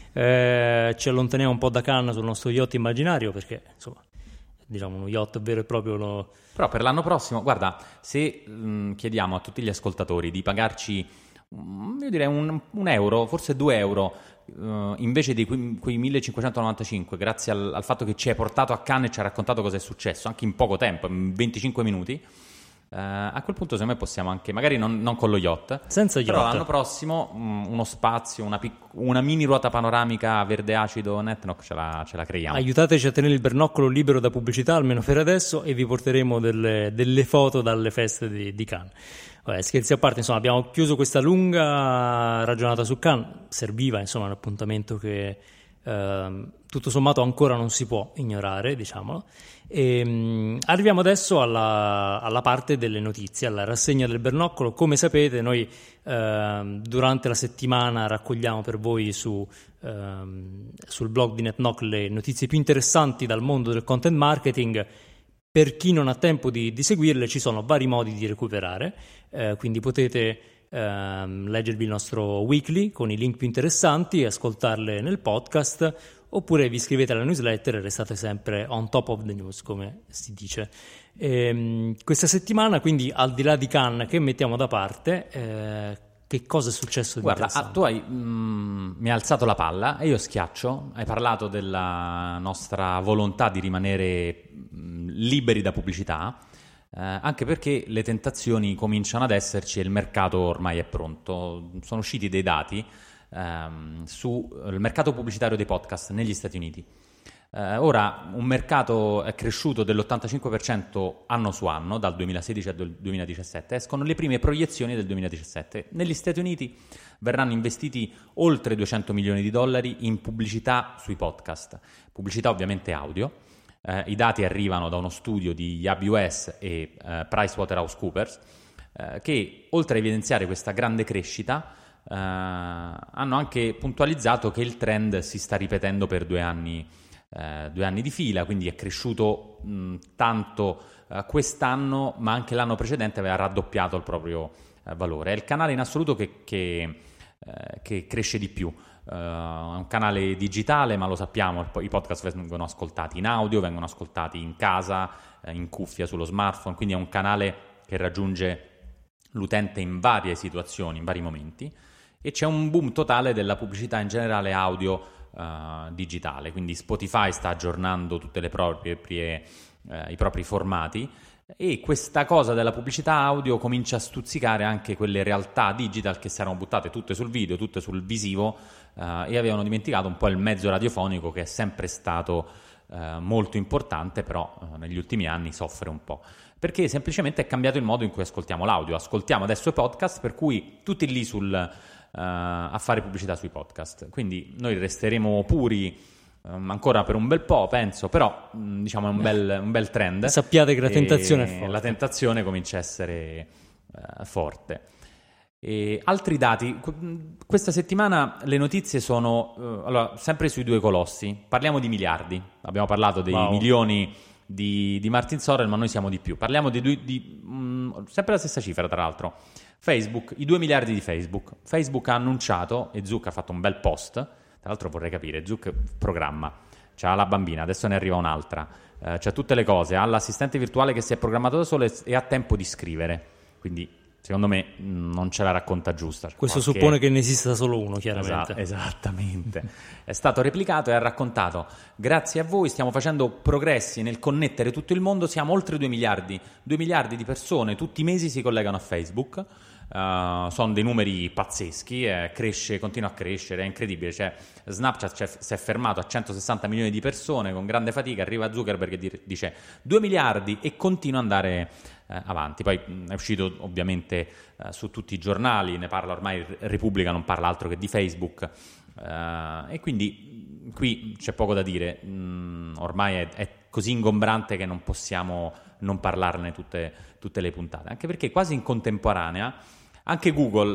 eh, ci allontaniamo un po' da Cannes sul nostro yacht immaginario, perché insomma, diciamo, uno yacht vero e proprio lo... Però per l'anno prossimo, guarda, se mh, chiediamo a tutti gli ascoltatori di pagarci, mh, io direi un, un euro, forse due euro, uh, invece di quei, quei millecinquecentonovantacinque, grazie al, al fatto che ci hai portato a Cannes e ci ha raccontato cosa è successo, anche in poco tempo, in venticinque minuti, uh, a quel punto secondo me possiamo anche, magari non, non con lo yacht, Senza però yacht. l'anno prossimo mh, uno spazio, una, pic- una mini ruota panoramica verde acido Netnock ce la, ce la creiamo. Aiutateci a tenere il bernoccolo libero da pubblicità, almeno per adesso, e vi porteremo delle, delle foto dalle feste di, di Cannes. Vabbè, scherzi a parte, insomma, abbiamo chiuso questa lunga ragionata su Cannes, serviva, insomma, un appuntamento che eh, tutto sommato ancora non si può ignorare, diciamolo. E, mh, arriviamo adesso alla, alla parte delle notizie, alla rassegna del bernoccolo. Come sapete, noi eh, durante la settimana raccogliamo per voi su, ehm, sul blog di NetKnock le notizie più interessanti dal mondo del content marketing. Per chi non ha tempo di, di seguirle, ci sono vari modi di recuperare, eh, quindi potete ehm, leggervi il nostro weekly con i link più interessanti e ascoltarle nel podcast, oppure vi iscrivete alla newsletter e restate sempre on top of the news, come si dice. Ehm, questa settimana, quindi, al di là di Cannes, che mettiamo da parte, eh, che cosa è successo di Guarda, ah, interessante? tu hai, mm, mi hai alzato la palla e io schiaccio. Hai parlato della nostra volontà di rimanere mm, liberi da pubblicità, eh, anche perché le tentazioni cominciano ad esserci e il mercato ormai è pronto. Sono usciti dei dati ehm, sul mercato pubblicitario dei podcast negli Stati Uniti. Eh, ora, un mercato è cresciuto dell'ottantacinque per cento anno su anno, dal duemilasedici al duemiladiciassette. Escono le prime proiezioni del duemiladiciassette. Negli Stati Uniti verranno investiti oltre duecento milioni di dollari in pubblicità sui podcast, pubblicità ovviamente audio. Eh, I dati arrivano da uno studio di A B U S e eh, PricewaterhouseCoopers, eh, che oltre a evidenziare questa grande crescita, eh, hanno anche puntualizzato che il trend si sta ripetendo per due anni Eh, due anni di fila, quindi è cresciuto mh, tanto eh, quest'anno, ma anche l'anno precedente aveva raddoppiato il proprio eh, valore. È il canale in assoluto che, che, eh, che cresce di più. Uh, è un canale digitale, ma lo sappiamo, i podcast vengono ascoltati in audio, vengono ascoltati in casa, eh, in cuffia, sullo smartphone, quindi è un canale che raggiunge l'utente in varie situazioni, in vari momenti, e c'è un boom totale della pubblicità in generale audio Uh, digitale, quindi Spotify sta aggiornando tutte le proprie uh, i propri formati, e questa cosa della pubblicità audio comincia a stuzzicare anche quelle realtà digital che si erano buttate tutte sul video, tutte sul visivo, uh, e avevano dimenticato un po' il mezzo radiofonico, che è sempre stato uh, molto importante, però uh, negli ultimi anni soffre un po', perché semplicemente è cambiato il modo in cui ascoltiamo l'audio. Ascoltiamo adesso i podcast, per cui tutti lì sul Uh, a fare pubblicità sui podcast, quindi noi resteremo puri um, ancora per un bel po', penso, però um, diciamo è un bel, un bel trend. Sappiate che la tentazione è forte. La tentazione comincia a essere uh, forte. E altri dati, questa settimana le notizie sono uh, allora, sempre sui due colossi. Parliamo di miliardi, abbiamo parlato dei wow. milioni di, di Martin Sorrell, ma noi siamo di più. Parliamo di, di, di um, sempre la stessa cifra, tra l'altro. Facebook, i due miliardi di Facebook. Facebook ha annunciato, e Zuck ha fatto un bel post, tra l'altro vorrei capire, Zuck programma, c'ha la bambina, adesso ne arriva un'altra, eh, c'ha tutte le cose, ha l'assistente virtuale che si è programmato da solo e, e ha tempo di scrivere, quindi secondo me mh, non ce la racconta giusta. Questo Qualche... suppone che ne esista solo uno, chiaramente. Esatto, esattamente. È stato replicato e ha raccontato: grazie a voi stiamo facendo progressi nel connettere tutto il mondo, siamo oltre due miliardi, due miliardi di persone tutti i mesi si collegano a Facebook. Uh, sono dei numeri pazzeschi, eh, cresce, continua a crescere, è incredibile. Cioè, Snapchat cioè, si è fermato a centosessanta milioni di persone con grande fatica, arriva Zuckerberg e dice due miliardi e continua ad andare eh, avanti. Poi mh, è uscito ovviamente eh, su tutti i giornali, ne parla ormai Repubblica, non parla altro che di Facebook, eh, e quindi qui c'è poco da dire, mh, ormai è, è così ingombrante che non possiamo non parlarne tutte, tutte le puntate, anche perché quasi in contemporanea anche Google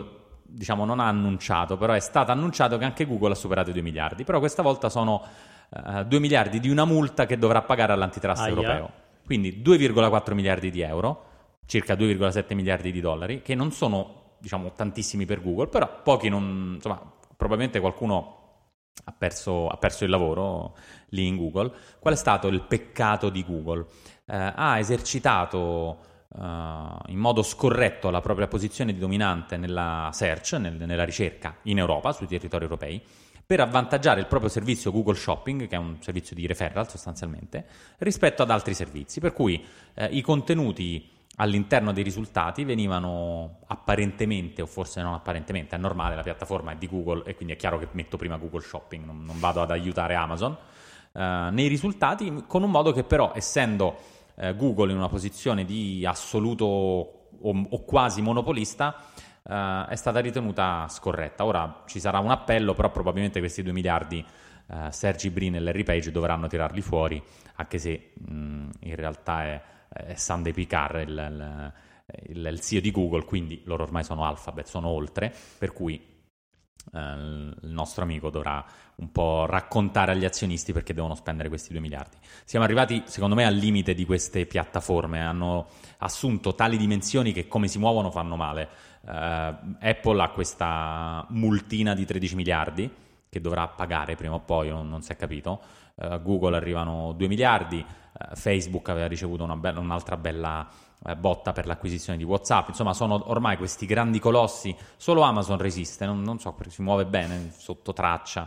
diciamo non ha annunciato, però è stato annunciato che anche Google ha superato i due miliardi, però questa volta sono uh, due miliardi di una multa che dovrà pagare all'antitrust Aia. europeo. Quindi due virgola quattro miliardi di euro, circa due virgola sette miliardi di dollari, che non sono, diciamo, tantissimi per Google, però pochi non, insomma, probabilmente qualcuno ha perso, ha perso il lavoro lì in Google. Qual è stato il peccato di Google? Eh, ha esercitato uh, in modo scorretto la propria posizione di dominante nella search, nel, nella ricerca in Europa, sui territori europei, per avvantaggiare il proprio servizio Google Shopping, che è un servizio di referral sostanzialmente, rispetto ad altri servizi, per cui eh, i contenuti all'interno dei risultati venivano apparentemente, o forse non apparentemente, è normale, la piattaforma è di Google e quindi è chiaro che metto prima Google Shopping, non, non vado ad aiutare Amazon, eh, nei risultati, con un modo che però, essendo eh, Google in una posizione di assoluto o, o quasi monopolista, eh, è stata ritenuta scorretta. Ora ci sarà un appello, però probabilmente questi due miliardi eh, Sergey Brin e Larry Page dovranno tirarli fuori, anche se mh, in realtà è Sunday Picard, il, il, il, il C E O di Google, quindi loro ormai sono Alphabet, sono oltre, per cui eh, il nostro amico dovrà un po' raccontare agli azionisti perché devono spendere questi due miliardi. Siamo arrivati, secondo me, al limite di queste piattaforme, hanno assunto tali dimensioni che come si muovono fanno male. Eh, Apple ha questa multina di tredici miliardi che dovrà pagare prima o poi, non, non si è capito. Uh, Google arrivano due miliardi, uh, Facebook aveva ricevuto una be- un'altra bella uh, botta per l'acquisizione di WhatsApp, insomma sono ormai questi grandi colossi, solo Amazon resiste, non, non so perché si muove bene sotto traccia,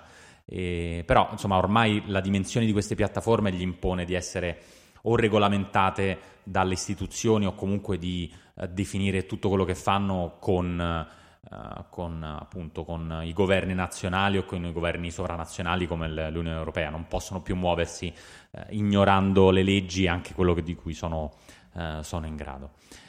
e, però insomma ormai la dimensione di queste piattaforme gli impone di essere o regolamentate dalle istituzioni o comunque di uh, definire tutto quello che fanno con... Uh, con appunto con i governi nazionali o con i governi sovranazionali come l'Unione Europea, non possono più muoversi uh, ignorando le leggi e anche quello che, di cui sono, uh, sono in grado.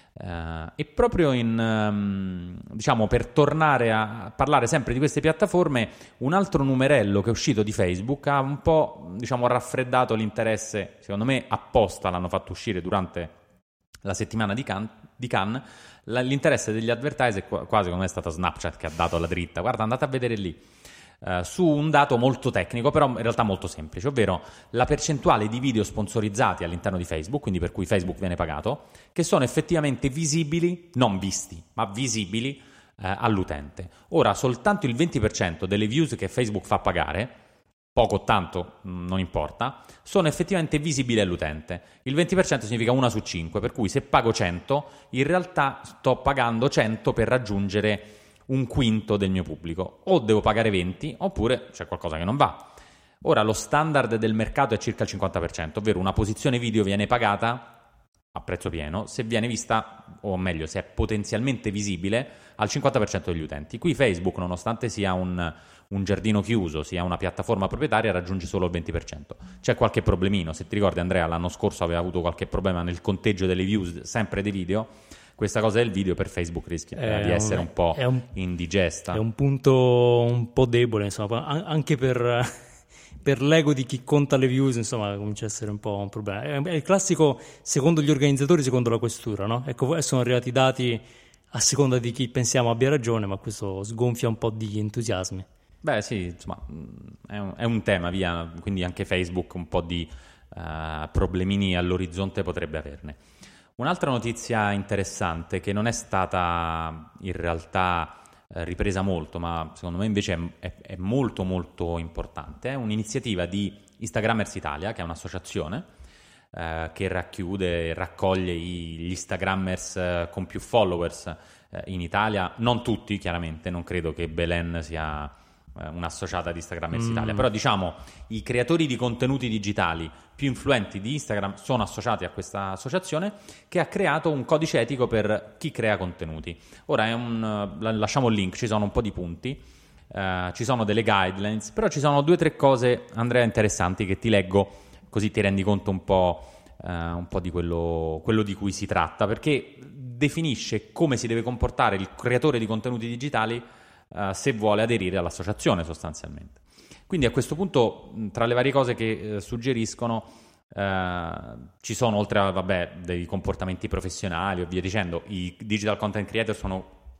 Uh, e proprio in um, diciamo per tornare a parlare sempre di queste piattaforme, un altro numerello che è uscito di Facebook ha un po' diciamo raffreddato l'interesse, secondo me apposta l'hanno fatto uscire durante la settimana di Cannes, di Cannes la, l'interesse degli advertiser, quasi come è stata Snapchat che ha dato la dritta, guarda andate a vedere lì, uh, su un dato molto tecnico però in realtà molto semplice, ovvero la percentuale di video sponsorizzati all'interno di Facebook, quindi per cui Facebook viene pagato, che sono effettivamente visibili, non visti, ma visibili uh, all'utente. Ora soltanto il venti per cento delle views che Facebook fa pagare, poco o tanto, non importa, sono effettivamente visibili all'utente. Il venti per cento significa una su cinque, per cui se pago cento, in realtà sto pagando cento per raggiungere un quinto del mio pubblico. O devo pagare venti, oppure c'è qualcosa che non va. Ora, lo standard del mercato è circa il cinquanta per cento, ovvero una posizione video viene pagata a prezzo pieno se viene vista, o meglio, se è potenzialmente visibile al cinquanta per cento degli utenti. Qui Facebook, nonostante sia un, un giardino chiuso, sia una piattaforma proprietaria, raggiunge solo il venti per cento. C'è qualche problemino, se ti ricordi Andrea, l'anno scorso aveva avuto qualche problema nel conteggio delle views, sempre dei video. Questa cosa del video per Facebook rischia è di essere un, un po' un, indigesta. È un punto un po' debole, insomma, anche per... per l'ego di chi conta le views, insomma, comincia a essere un po' un problema. È il classico, secondo gli organizzatori, secondo la questura, no? Ecco, sono arrivati i dati a seconda di chi pensiamo abbia ragione, ma questo sgonfia un po' di entusiasmi. Beh, sì, insomma, è un, è un tema, via, quindi anche Facebook un po' di uh, problemini all'orizzonte potrebbe averne. Un'altra notizia interessante, che non è stata in realtà ripresa molto, ma secondo me invece è, è, è molto molto importante, è un'iniziativa di Instagrammers Italia, che è un'associazione eh, che racchiude e raccoglie gli Instagrammers eh, con più followers eh, in Italia, non tutti chiaramente, non credo che Belen sia eh, un'associata di Instagrammers mm. Italia, però diciamo i creatori di contenuti digitali più influenti di Instagram sono associati a questa associazione che ha creato un codice etico per chi crea contenuti. Ora è un, lasciamo il link, ci sono un po' di punti, uh, ci sono delle guidelines, però ci sono due o tre cose, Andrea, interessanti che ti leggo così ti rendi conto un po', uh, un po' di quello, quello di cui si tratta, perché definisce come si deve comportare il creatore di contenuti digitali uh, se vuole aderire all'associazione sostanzialmente. Quindi a questo punto, tra le varie cose che eh, suggeriscono, eh, ci sono, oltre a vabbè, dei comportamenti professionali o via dicendo, i digital content creator sono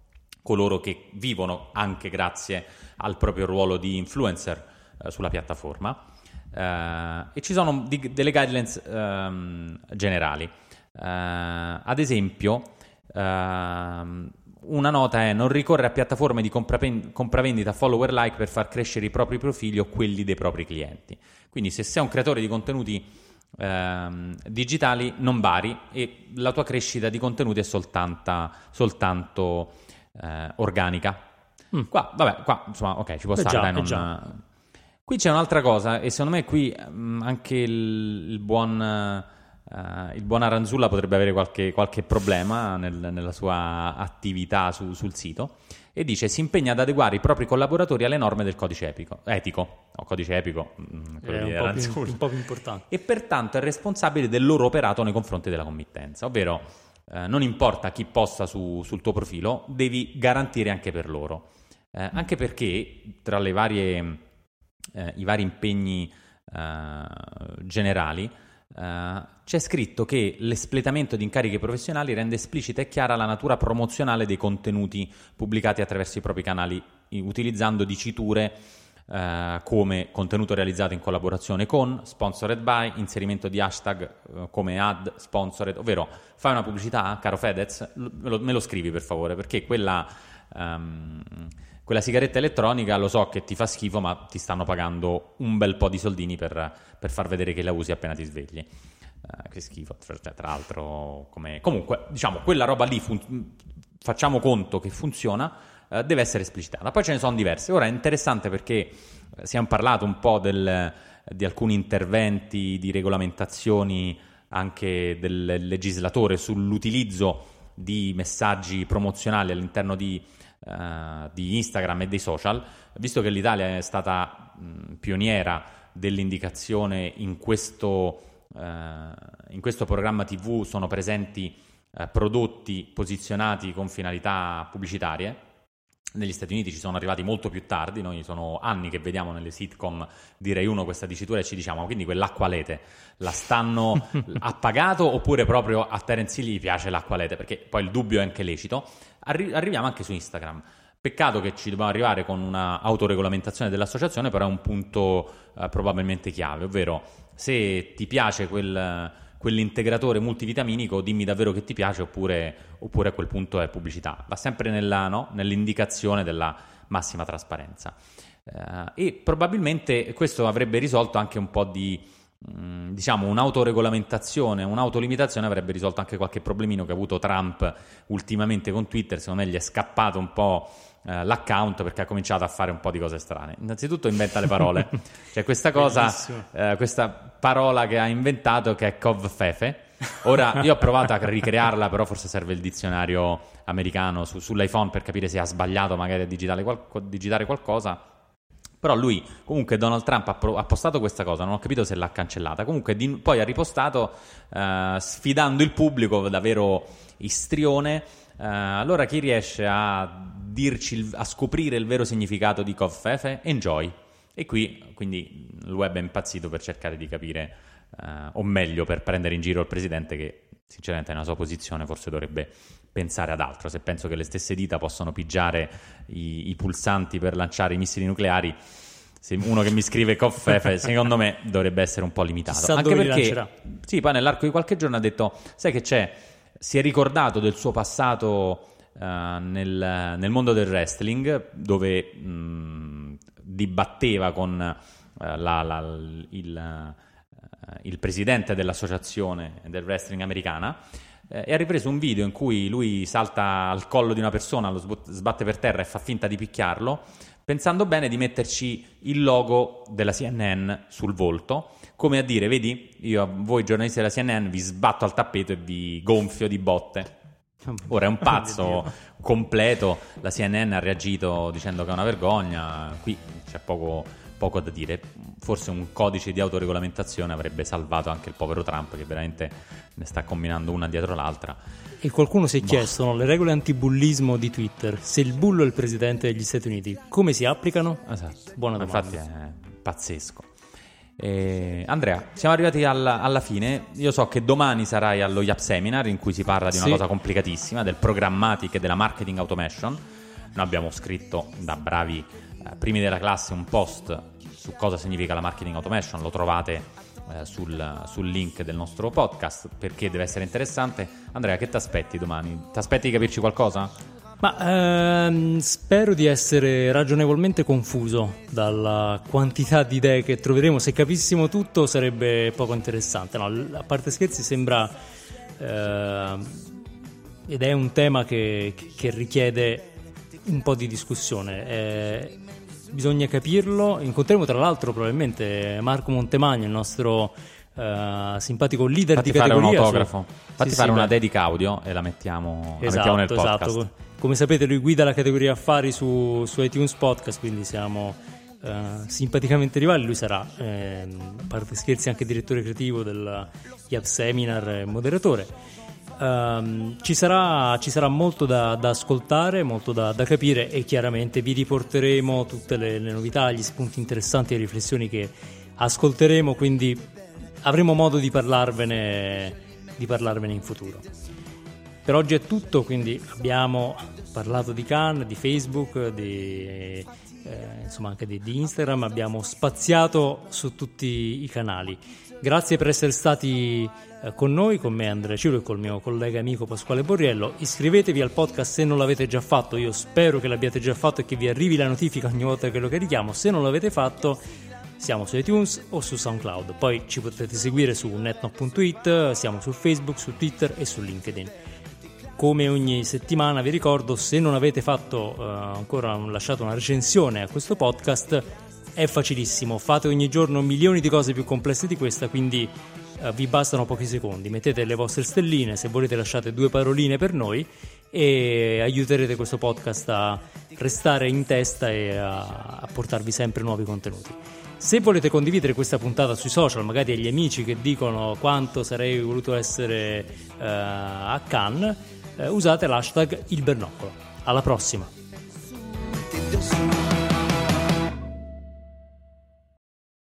coloro che vivono anche grazie al proprio ruolo di influencer eh, sulla piattaforma. Uh, e ci sono di, delle guidelines um, generali. Uh, ad esempio, uh, una nota è: non ricorre a piattaforme di comprapen- compravendita follower like per far crescere i propri profili o quelli dei propri clienti. Quindi se sei un creatore di contenuti uh, digitali, non vari, e la tua crescita di contenuti è soltanto, soltanto uh, organica. Mm. Qua, vabbè, qua insomma, ok, ci può stare, dai, non... Qui c'è un'altra cosa, e secondo me qui mh, anche il, il, buon, uh, il buon Aranzulla potrebbe avere qualche, qualche problema nel, nella sua attività su, sul sito, e dice: si impegna ad adeguare i propri collaboratori alle norme del codice epico, etico, o codice epico, mh, quello è di un po, Aranzulla, più, un po' più importante, e pertanto è responsabile del loro operato nei confronti della committenza, ovvero eh, non importa chi posta su, sul tuo profilo, devi garantire anche per loro, eh, anche perché tra le varie... Eh, i vari impegni eh, generali eh, c'è scritto che l'espletamento di incarichi professionali rende esplicita e chiara la natura promozionale dei contenuti pubblicati attraverso i propri canali, utilizzando diciture eh, come contenuto realizzato in collaborazione con, sponsored by, inserimento di hashtag eh, come ad, sponsored, ovvero fai una pubblicità, caro Fedez, me lo, me lo scrivi per favore, perché quella... Um, Quella sigaretta elettronica lo so che ti fa schifo, ma ti stanno pagando un bel po' di soldini per, per far vedere che la usi appena ti svegli. Uh, che schifo, cioè, tra l'altro. Come... Comunque, diciamo, quella roba lì, fun- facciamo conto che funziona, uh, deve essere esplicitata. Poi ce ne sono diverse. Ora è interessante perché uh, siamo parlato un po' del, di alcuni interventi di regolamentazioni anche del legislatore sull'utilizzo di messaggi promozionali all'interno di Uh, di Instagram e dei social, visto che l'Italia è stata mh, pioniera dell'indicazione in questo, uh, in questo programma tivù, sono presenti uh, prodotti posizionati con finalità pubblicitarie. Negli Stati Uniti ci sono arrivati molto più tardi, noi sono anni che vediamo nelle sitcom di Rai uno questa dicitura e ci diciamo: quindi quell'acqualete la stanno a pagato oppure proprio a Terence Hill gli piace l'acqualete? Perché poi il dubbio è anche lecito. Arri- arriviamo anche su Instagram. Peccato che ci dobbiamo arrivare con una autoregolamentazione dell'associazione, però è un punto eh, probabilmente chiave, ovvero se ti piace quel... quell'integratore multivitaminico, dimmi davvero che ti piace, oppure, oppure a quel punto è pubblicità. Va sempre nella, no? nell'indicazione della massima trasparenza. Uh, e probabilmente questo avrebbe risolto anche un po' di, mh, diciamo, un'autoregolamentazione, un'autolimitazione, avrebbe risolto anche qualche problemino che ha avuto Trump ultimamente con Twitter. Secondo me gli è scappato un po' Uh, l'account perché ha cominciato a fare un po' di cose strane. Innanzitutto inventa le parole. C'è questa cosa, uh, questa parola che ha inventato che è covfefe. Ora io ho provato a ricrearla, però forse serve il dizionario americano su, sull'iPhone per capire se ha sbagliato magari a digitare, qual- digitare qualcosa. Però lui, comunque Donald Trump ha, pro- ha postato questa cosa, non ho capito se l'ha cancellata. Comunque di- poi ha ripostato uh, sfidando il pubblico davvero istrione. Uh, allora chi riesce a dirci il, a scoprire il vero significato di covfefe, enjoy. E qui quindi il web è impazzito per cercare di capire, uh, o meglio per prendere in giro il presidente, che sinceramente nella sua posizione forse dovrebbe pensare ad altro. Se penso che le stesse dita possono pigiare i, i pulsanti per lanciare i missili nucleari, se uno che mi scrive covfefe secondo me dovrebbe essere un po' limitato. Chissà anche dove perché sì, poi nell'arco di qualche giorno ha detto: sai che c'è, si è ricordato del suo passato uh, nel, nel mondo del wrestling, dove mh, dibatteva con uh, la, la, il, uh, il presidente dell'associazione del wrestling americana, eh, e ha ripreso un video in cui lui salta al collo di una persona, lo sb- sbatte per terra e fa finta di picchiarlo, pensando bene di metterci il logo della C N N sul volto, come a dire: vedi, io a voi giornalisti della C N N vi sbatto al tappeto e vi gonfio di botte. Ora è un pazzo completo, la C N N ha reagito dicendo che è una vergogna, qui c'è poco, poco da dire. Forse un codice di autoregolamentazione avrebbe salvato anche il povero Trump, che veramente ne sta combinando una dietro l'altra. E qualcuno si è chiesto, no, le regole antibullismo di Twitter, se il bullo è il presidente degli Stati Uniti, come si applicano? Esatto. Buona domanda. Infatti è pazzesco. Eh, Andrea, siamo arrivati alla, alla fine. Io so che domani sarai allo Y A P Seminar, in cui si parla di una sì. cosa complicatissima, del programmatic e della marketing automation. Noi abbiamo scritto da bravi eh, primi della classe un post su cosa significa la marketing automation, lo trovate eh, sul, sul link del nostro podcast, perché deve essere interessante. Andrea, che ti aspetti domani? Ti aspetti di capirci qualcosa? Ma ehm, spero di essere ragionevolmente confuso dalla quantità di idee che troveremo. Se capissimo tutto sarebbe poco interessante. No, a parte scherzi, sembra eh, ed è un tema che, che richiede un po' di discussione. Eh, bisogna capirlo. Incontreremo tra l'altro probabilmente Marco Montemagno, il nostro Uh, simpatico leader fatti di categoria. Fare un autografo, su... fatti sì, fare sì, una beh. dedica audio e la mettiamo, esatto, la mettiamo nel podcast. Esatto. Come sapete lui guida la categoria affari su, su iTunes Podcast, quindi siamo uh, simpaticamente rivali. Lui sarà, eh, a parte scherzi, anche direttore creativo del Yap Seminar e moderatore. Um, ci sarà, ci sarà molto da, da ascoltare, molto da, da capire, e chiaramente vi riporteremo tutte le, le novità, gli spunti interessanti e riflessioni che ascolteremo, quindi avremo modo di parlarvene, di parlarvene in futuro. Per oggi è tutto, quindi abbiamo parlato di Cannes, di Facebook, di, eh, insomma anche di, di Instagram, abbiamo spaziato su tutti i canali. Grazie per essere stati eh, con noi, con me Andrea Ciro e col mio collega amico Pasquale Borriello. Iscrivetevi al podcast se non l'avete già fatto, io spero che l'abbiate già fatto e che vi arrivi la notifica ogni volta che lo carichiamo. Se non l'avete fatto, siamo su iTunes o su SoundCloud. Poi ci potete seguire su netnote punto it, siamo su Facebook, su Twitter e su LinkedIn. Come ogni settimana vi ricordo, se non avete fatto uh, ancora lasciato una recensione a questo podcast, è facilissimo, fate ogni giorno milioni di cose più complesse di questa, quindi uh, vi bastano pochi secondi, mettete le vostre stelline, se volete lasciate due paroline per noi e aiuterete questo podcast a restare in testa e a, a portarvi sempre nuovi contenuti. Se volete condividere questa puntata sui social, magari agli amici che dicono quanto sarei voluto essere uh, a Cannes, uh, usate l'hashtag Il Bernoccolo. Alla prossima!